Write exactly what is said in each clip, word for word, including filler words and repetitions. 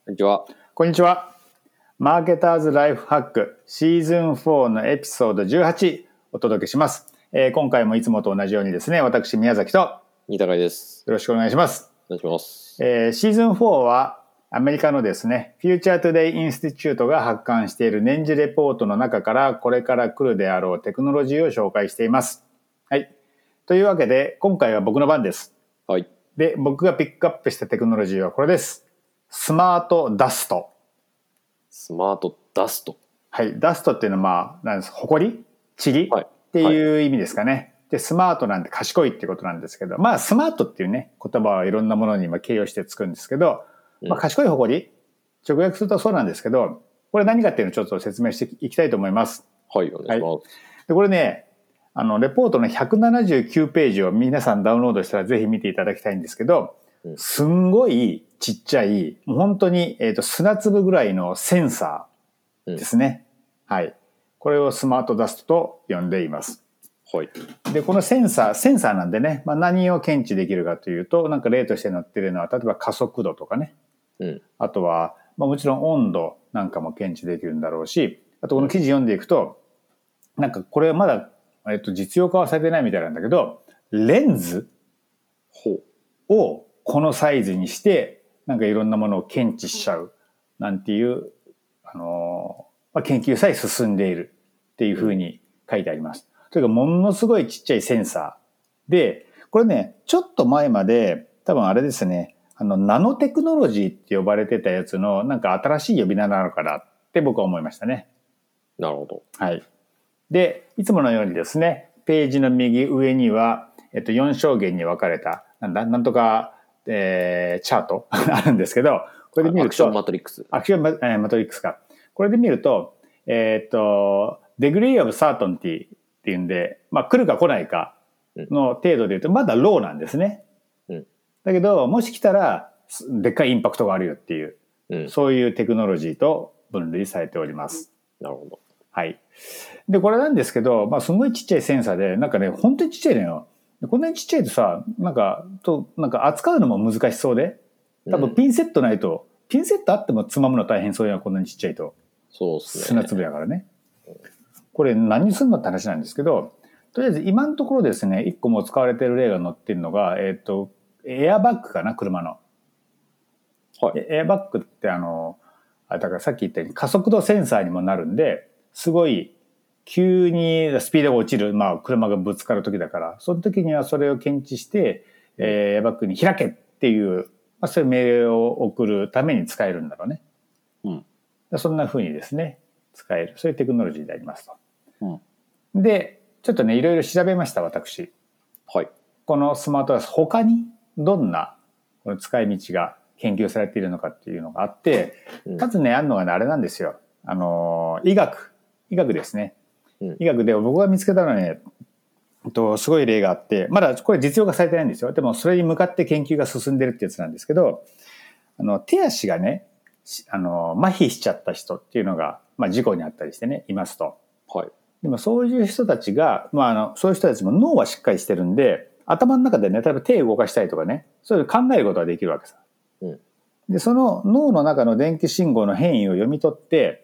こんにちは。 こんにちは。マーケターズライフハックシーズンフォーのエピソードじゅうはちお届けします。えー、今回もいつもと同じようにですね、私宮崎と新高です。 よろしくお願いします。 お願いします。 えー、シーズンフォーはアメリカのですね、フューチャートゥデイインスティチュートが発刊している年次レポートの中からこれから来るであろうテクノロジーを紹介しています。はい。というわけで今回は僕の番です。 はい。 で、僕がピックアップしたテクノロジーはこれです。スマートダスト。 スマートダスト。 はい。ダストっていうのはまあ、なんです、ほこり塵、はい、っていう意味ですかね。はい、で、スマートなんて賢いってことなんですけど、まあ、スマートっていうね、言葉はいろんなものに今形容してつくんですけど、まあ、賢いほこり、直訳するとそうなんですけど、これ何かっていうのをちょっと説明していきたいと思います。 はい、お願いします。はい、 で、これね、あの、レポートのひゃくななじゅうきゅうページを皆さんダウンロードしたらぜひ見ていただきたいんですけど、すんごいちっちゃい、もう本当に、えーと、砂粒ぐらいのセンサーですね。うん、はい。これをスマートダストと呼んでいます。 はい。 で、このセンサー、センサーなんでね、まあ、何を検知できるかというと、なんか例として載ってるのは、例えば加速度とかね。うん、あとは、まあ、もちろん温度なんかも検知できるんだろうし、あとこの記事読んでいくと、なんかこれはまだ、えっと、実用化はされてないみたいなんだけど、レンズをこのサイズにして、なんかいろんなものを検知しちゃうなんていう、あの、まあ、研究さえ進んでいるっていうふうに書いてあります。というか、ものすごいちっちゃいセンサーで、これね、ちょっと前まで、多分あれですね、あの、ナノテクノロジーって呼ばれてたやつの、なんか新しい呼び名なのかなって僕は思いましたね。 なるほど。 はい。で、いつものようにですね、ページの右上には、えっと、よん象限に分かれた、なんだ、なんとか、えー、チャートあるんですけど、これで見ると、 アクションマトリックス。 アクションマ、えー、マトリックスか。これで見ると、えー、っと、degree of certainty っていうんで、まあ、来るか来ないかの程度で言うと、まだローなんですね。うん、だけど、もし来たら、でっかいインパクトがあるよっていう、うん、そういうテクノロジーと分類されております。 なるほど。 はい。で、これなんですけど、まあ、すごいちっちゃいセンサーで、なんかね、本当にちっちゃいのよ。こんなにちっちゃいとさ、なんか、と、なんか扱うのも難しそうで、多分ピンセットないと、うん、ピンセットあってもつまむの大変そうやん、こんなにちっちゃいと。 そうですね。 砂粒やからね。これ何にするのって話なんですけど、とりあえず今のところですね、一個も使われてる例が載ってるのが、えっと、エアバッグかな、車の。はい。エアバッグってあの、あ、だからさっき言ったように加速度センサーにもなるんで、すごい、急にスピードが落ちる、まあ、車がぶつかる時だから、その時にはそれを検知して、えー、エアバッグに開けっていう、まあ、そういう命令を送るために使えるんだろうね。うん。そんな風にですね、使える。そういうテクノロジーでありますと。うん、で、ちょっとね、いろいろ調べました、私。 はい。 このスマートダスト、他にどんなこの使い道が研究されているのかっていうのがあって、まずね、あるのがね、あれなんですよ。あの、医学。医学ですね。医学で僕が見つけたのはね、とすごい例があって、まだこれ実用化されてないんですよ。でもそれに向かって研究が進んでるってやつなんですけど、あの手足がね、あの麻痺しちゃった人っていうのが、まあ、事故にあったりしてね、いますと。はい。でもそういう人たちが、まあ、あのそういう人たちも脳はしっかりしてるんで、頭の中でね、例えば手を動かしたりとかね、そういう考えることができるわけさ。うん、で、その脳の中の電気信号の変異を読み取って、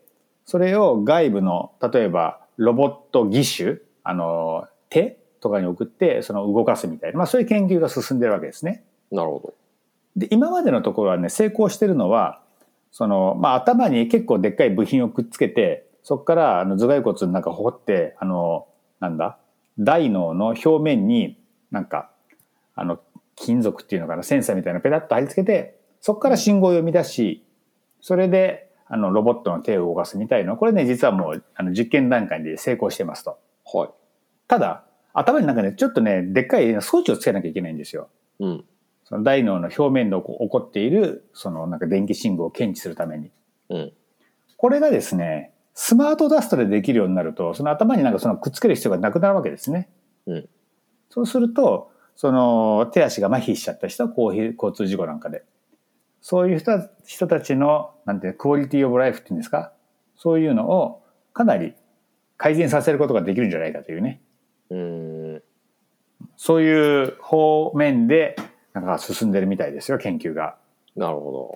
それを外部の、例えばロボット義手、あの、手とかに送って、その動かすみたいな、まあそういう研究が進んでるわけですね。 なるほど。 で、今までのところはね、成功してるのは、その、まあ頭に結構でっかい部品をくっつけて、そこからあの頭蓋骨の中掘って、あの、なんだ、大脳の表面になんか、あの、金属っていうのかな、センサーみたいなのペタッと貼り付けて、そこから信号を読み出し、それで、あの、ロボットの手を動かすみたいな、これね、実はもう、あの、実験段階で成功してますと。はい。ただ、頭になんかね、ちょっとね、でっかい装置をつけなきゃいけないんですよ。うん。その大脳の表面で起こっている、そのなんか電気信号を検知するために。うん。これがですね、スマートダストでできるようになると、その頭になんかそのくっつける必要がなくなるわけですね。うん。そうすると、その手足が麻痺しちゃった人は交通事故なんかで。そういう人人たちの、なんていう、クオリティオブライフっていうんですか、そういうのをかなり改善させることができるんじゃないかというね。うーん、そういう方面で、なんか進んでるみたいですよ、研究が。 なるほ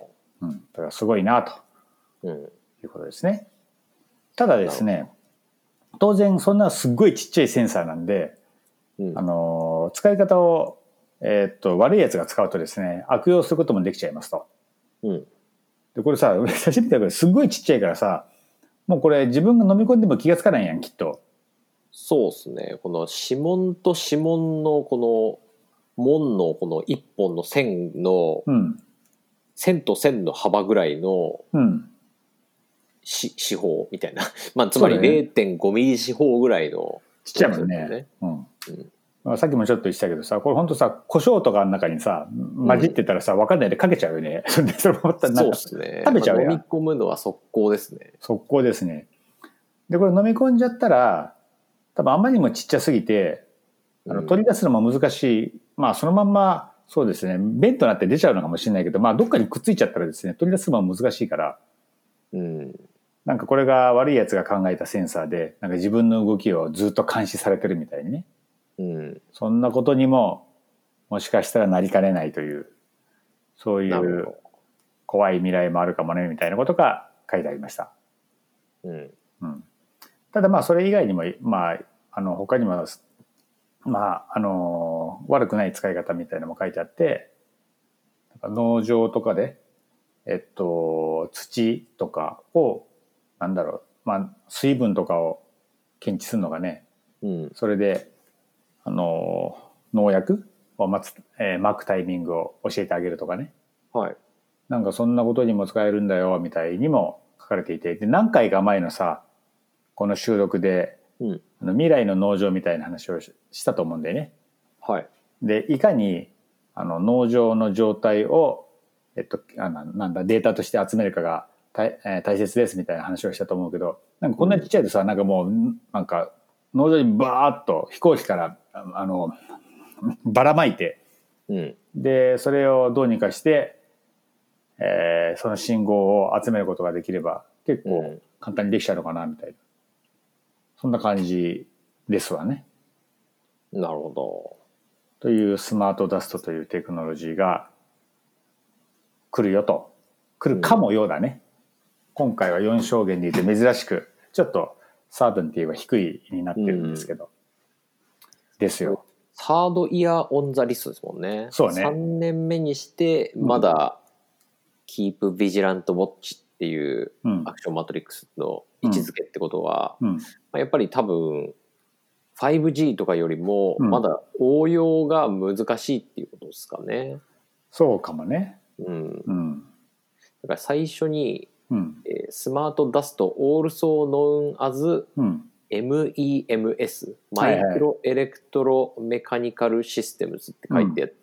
うん、だからすごいなということですね。ただですね、当然そんなすっごいちっちゃいセンサーなんで、うん、あの使い方を、えー、っと悪いやつが使うとですね、悪用することもできちゃいますと。うん、でこれさ、写真見たけどすっごいちっちゃいからさ、もうこれ自分が飲み込んでも気がつかないやん、きっと。 そうですね。この指紋と指紋のこの紋のこの一本の線の、うん、線と線の幅ぐらいの、うん、し四方みたいな、まあ、つまり れいてんご ミリ四方ぐらいの、 ちっちゃいもんね。うんうん、さっきもちょっと言ってたけどさ、これ本当さ、胡椒とかの中にさ混じってたらさ、分かんないでかけちゃうよね。それもったらなんかそうですね。 食べちゃうやん。 まあ、飲み込むのは速攻ですね。 速攻ですね。でこれ飲み込んじゃったら多分あまりにもちっちゃすぎて、あの取り出すのも難しい、うん、まあそのまんまそうですね、便となって出ちゃうのかもしれないけど、まあどっかにくっついちゃったらですね、取り出すのも難しいから、うん、なんかこれが悪いやつが考えたセンサーで、なんか自分の動きをずっと監視されてるみたいにね、うん、そんなことにももしかしたらなりかねないという、そういう怖い未来もあるかもねみたいなことが書いてありました。うんうん、ただまあそれ以外にも、まあ、あの他にも、まあ、あの悪くない使い方みたいなのも書いてあって、農場とかで、えっと、土とかをなんだろう、まあ、水分とかを検知するのがね、うん、それであの農薬を待つ、えー、巻くタイミングを教えてあげるとかね、はい、なんかそんなことにも使えるんだよみたいにも書かれていて、で何回か前のさこの収録で、うん、あの未来の農場みたいな話をしたと思うんだよね。はい、でいかにあの農場の状態を、えっと、あのなんだデータとして集めるかが大, 大切ですみたいな話をしたと思うけど、なんかこんなちっちゃいとさ、うん、なんかもうなんか農場にバーッと飛行機からあのばらまいて、うん、でそれをどうにかして、えー、その信号を集めることができれば結構簡単にできちゃうのかなみたいな、そんな感じですわね。なるほど。というスマートダストというテクノロジーが来るよと、来るかもようだね。うん、今回はよん証言でいて珍しくちょっとサードンティは低いになってるんですけど、うん、ですよ。 サードイヤーオンザリストですもんね。そうね。さんねんめにしてまだ、うん、キープビジラントウォッチっていうアクションマトリックスの位置づけってことは、うんうん、まあ、やっぱり多分 ファイブジー とかよりもまだ応用が難しいっていうことですかね。うん、 そうかもね。 うんうん、だから最初に、うんえー、スマートダスト also known as、うん、エムイーエムエス マイクロエレクトロメカニカルシステムズって書いてあって、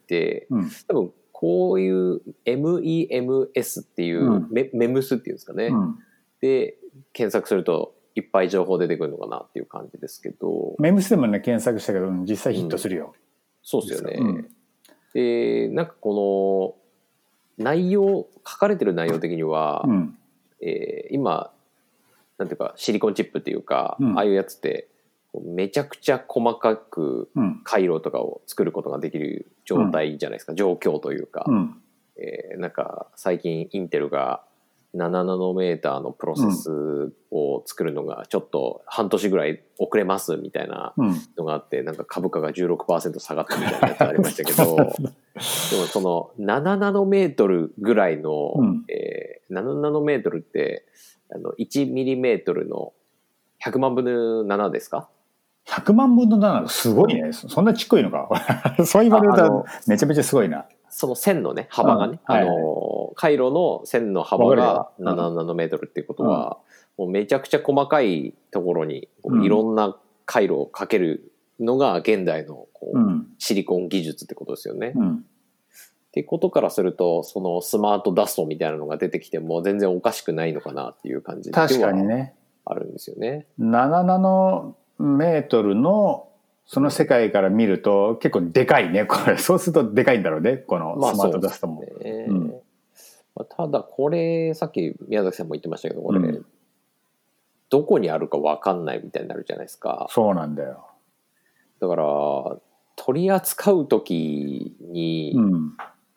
うんうん、多分こういう エムイーエムエス っていう、うん、メ, メムスっていうんですかね、うん、で検索するといっぱい情報出てくるのかなっていう感じですけど、 メムスでもね検索したけど実際ヒットするよ。 そうですよね。うん、でなんかこの内容書かれてる内容的には、うんえー、今なんていうかシリコンチップっていうか、うん、ああいうやつってめちゃくちゃ細かく回路とかを作ることができる状態じゃないですか、うん、状況というか、うんえー、なんか最近インテルがななナノメーターのプロセスを作るのがちょっと半年ぐらい遅れますみたいなのがあって、なんか株価が じゅうろくパーセント 下がったみたいなやつありましたけどでもそのななナノメートルぐらいの、うんえー、ななナノメートルってあのいちミリメートルのひゃくまんぶんのななですか？ ひゃくまんぶんのななすごいね。そんなちっこいのかそう言われるとめちゃめちゃすごいな。 その線のね幅がね、うんはいはい、あの回路の線の幅がななナノメートルっていうことは、うん、もうめちゃくちゃ細かいところにいろんな回路をかけるのが現代のこう、うん、シリコン技術ってことですよね。うん、ってことからするとそのスマートダストみたいなのが出てきても全然おかしくないのかなっていう感じではあるんですよね。 ななナノメートルのその世界から見ると結構でかいねこれ。そうするとでかいんだろうねこのスマートダストも。まあそうですね。うんまあ、ただこれさっき宮崎さんも言ってましたけどこれ、うん、どこにあるか分かんないみたいになるじゃないですか。 そうなんだよ。 だから取り扱う時に、うん、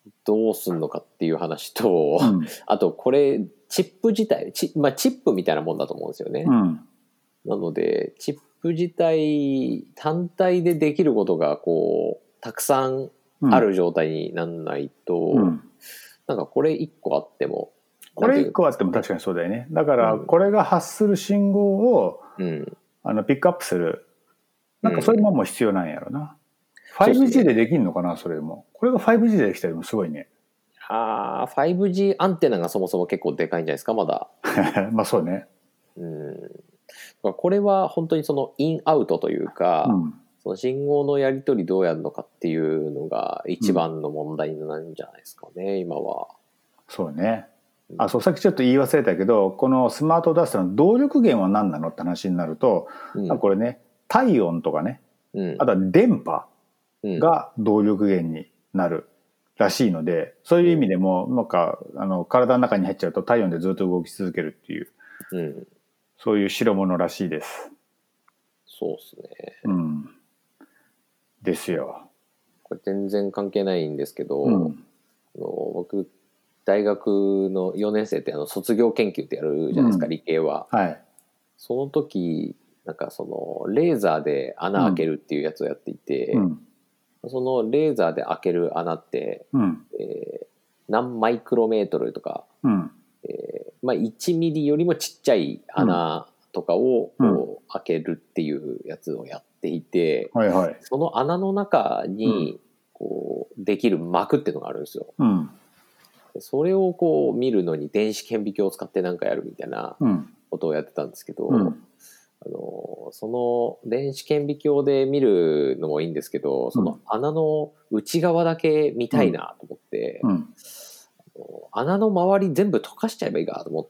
どうすんのかっていう話と、 うん、 あとこれチップ自体チ、まあ、チップみたいなもんだと思うんですよね、 うん、 なのでチップ自体単体でできることがこうたくさんある状態にならないと、うん、なんかこれいっこあってもこれいっこあっても確かにそうだよね。だからこれが発する信号を、うん、あのピックアップするなんかそういうものも必要なんやろな、うん、ファイブジー でできるのかなそれも。これが ファイブジー でできたりもすごいね。 ああ ファイブジー アンテナがそもそも結構でかいんじゃないですかまだまあそうね。 うんこれは本当にそのインアウトというか、うん、その信号のやり取りどうやるのかっていうのが一番の問題なんじゃないですかね、うん、今は。 そうね。あ、そうさっきちょっと言い忘れたけど、このスマートダストの動力源は何なのって話になると、うん、これね体温とかね、うん、あとは電波が動力源になるらしいので、そういう意味でもなんかあの体の中に入っちゃうと体温でずっと動き続けるっていう、うん、そういう代物らしいです。 そうですね。 うん。ですよ。 これ全然関係ないんですけど、うん、あの僕大学のよねん生ってあの卒業研究ってやるじゃないですか、うん、理系は。はい。その時なんかそのレーザーで穴開けるっていうやつをやっていて、うん、そのレーザーで開ける穴って、うんえー、何マイクロメートルとか、うんえーまあ、いちミリよりもちっちゃい穴とかをこう開けるっていうやつをやっていて、うんはいはい、その穴の中にこうできる膜っていうのがあるんですよ。うんそれをこう見るのに電子顕微鏡を使ってなんかやるみたいなことをやってたんですけど、うん、あのその電子顕微鏡で見るのもいいんですけど、その穴の内側だけ見たいなと思って、うんうん、穴の周り全部溶かしちゃえばいいかと思って、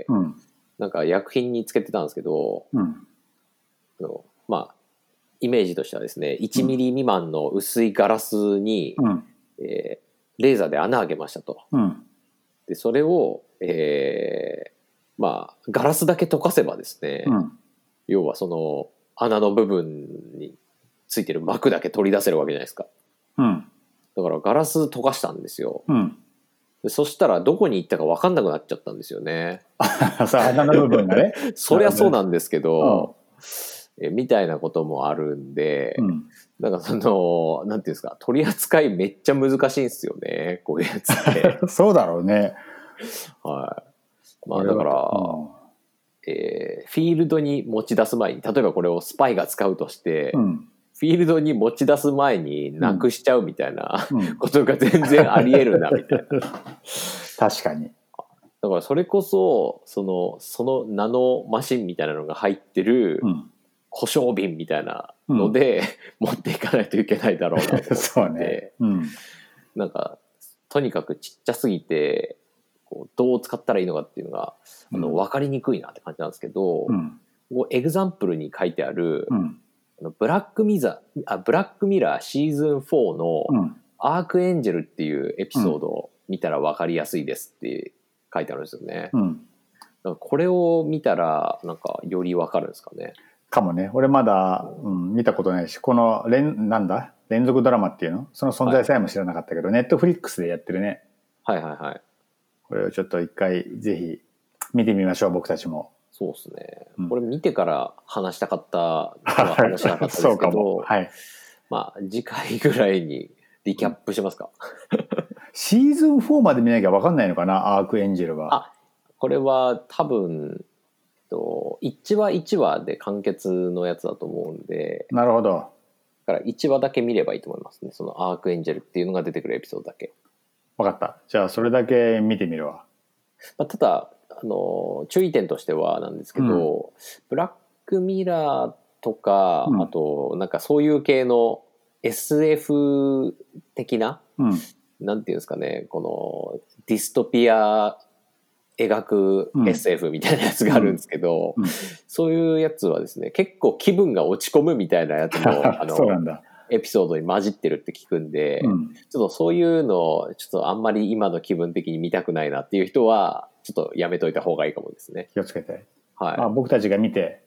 うん、なんか薬品につけてたんですけど、うん、あのまあイメージとしてはですねいちミリ未満の薄いガラスに、うんえーレーザーで穴開けましたと。うん、でそれを、えー、まあガラスだけ溶かせばですね、うん、要はその穴の部分についてる膜だけ取り出せるわけじゃないですか。うん、だからガラス溶かしたんですよ。うん、でそしたらどこに行ったか分かんなくなっちゃったんですよね。 穴の部分がね。 そりゃそうなんですけど、うん、えみたいなこともあるんで。うんなんかそのなんていうんですか取り扱いめっちゃ難しいんですよねこういうやつってそうだろうねはいまあだから、うんえー、フィールドに持ち出す前に例えばこれをスパイが使うとして、うん、フィールドに持ち出す前になくしちゃうみたいな、うん、ことが全然ありえるなみたいな確かにだからそれこそそのそのナノマシンみたいなのが入ってる、うん保証瓶みたいなので、うん、持っていかないといけないだろうなと思っててそう、ねうん、なんかとにかくちっちゃすぎてこうどう使ったらいいのかっていうのが、うん、あの分かりにくいなって感じなんですけど、うん、こうエグザンプルに書いてある、うん、あのブラックミザあブラックミラーシーズンフォーのアークエンジェルっていうエピソードを見たら分かりやすいですって書いてあるんですよね、うん、だからこれを見たらなんかより分かるんですかねかもね。俺まだ、うん、見たことないし、この連なんだ連続ドラマっていうのその存在さえも知らなかったけど、ネットフリックスでやってるね。 はいはいはい。 これをちょっと一回ぜひ見てみましょう僕たちも。 そうですね、うん。これ見てから話したかったは話しなかったですけど、はい、まあ次回ぐらいにリキャップしますか。 うん、シーズンフォーまで見なきゃ分かんないのかなアークエンジェルは。 あ、これは多分。いちわいちわで完結のやつだと思うんでなるほどだからいちわだけ見ればいいと思いますねそのアークエンジェルっていうのが出てくるエピソードだけ分かったじゃあそれだけ見てみるわ、 まあ、ただあの注意点としてはなんですけど、うん、ブラックミラーとか、うん、あとなんかそういう系の エスエフ 的な、うん、なんていうんですかねこのディストピア描く エスエフ みたいなやつがあるんですけど、うんうん、そういうやつはですね結構気分が落ち込むみたいなやつもあのそうなんだエピソードに混じってるって聞くんで、うん、ちょっとそういうのをちょっとあんまり今の気分的に見たくないなっていう人はちょっとやめといた方がいいかもですね。 気をつけて、はいまあ、僕たちが見て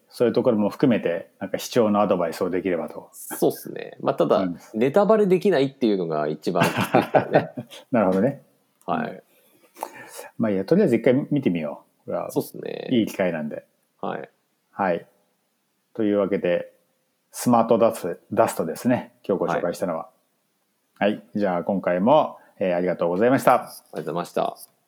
そういうところも含めてなんか視聴のアドバイスをできればと。 そうですね。まあただ、うん、ネタバレできないっていうのが一番きついですよね。 なるほどね。 はい。 まあいいや、とりあえず一回見てみよう。これはそうですね。 いい機会なんで。 はい。 はい。というわけで、スマートダスト、ダストですね。今日ご紹介したのは。はい。はい、じゃあ今回も、えー、ありがとうございました。ありがとうございました。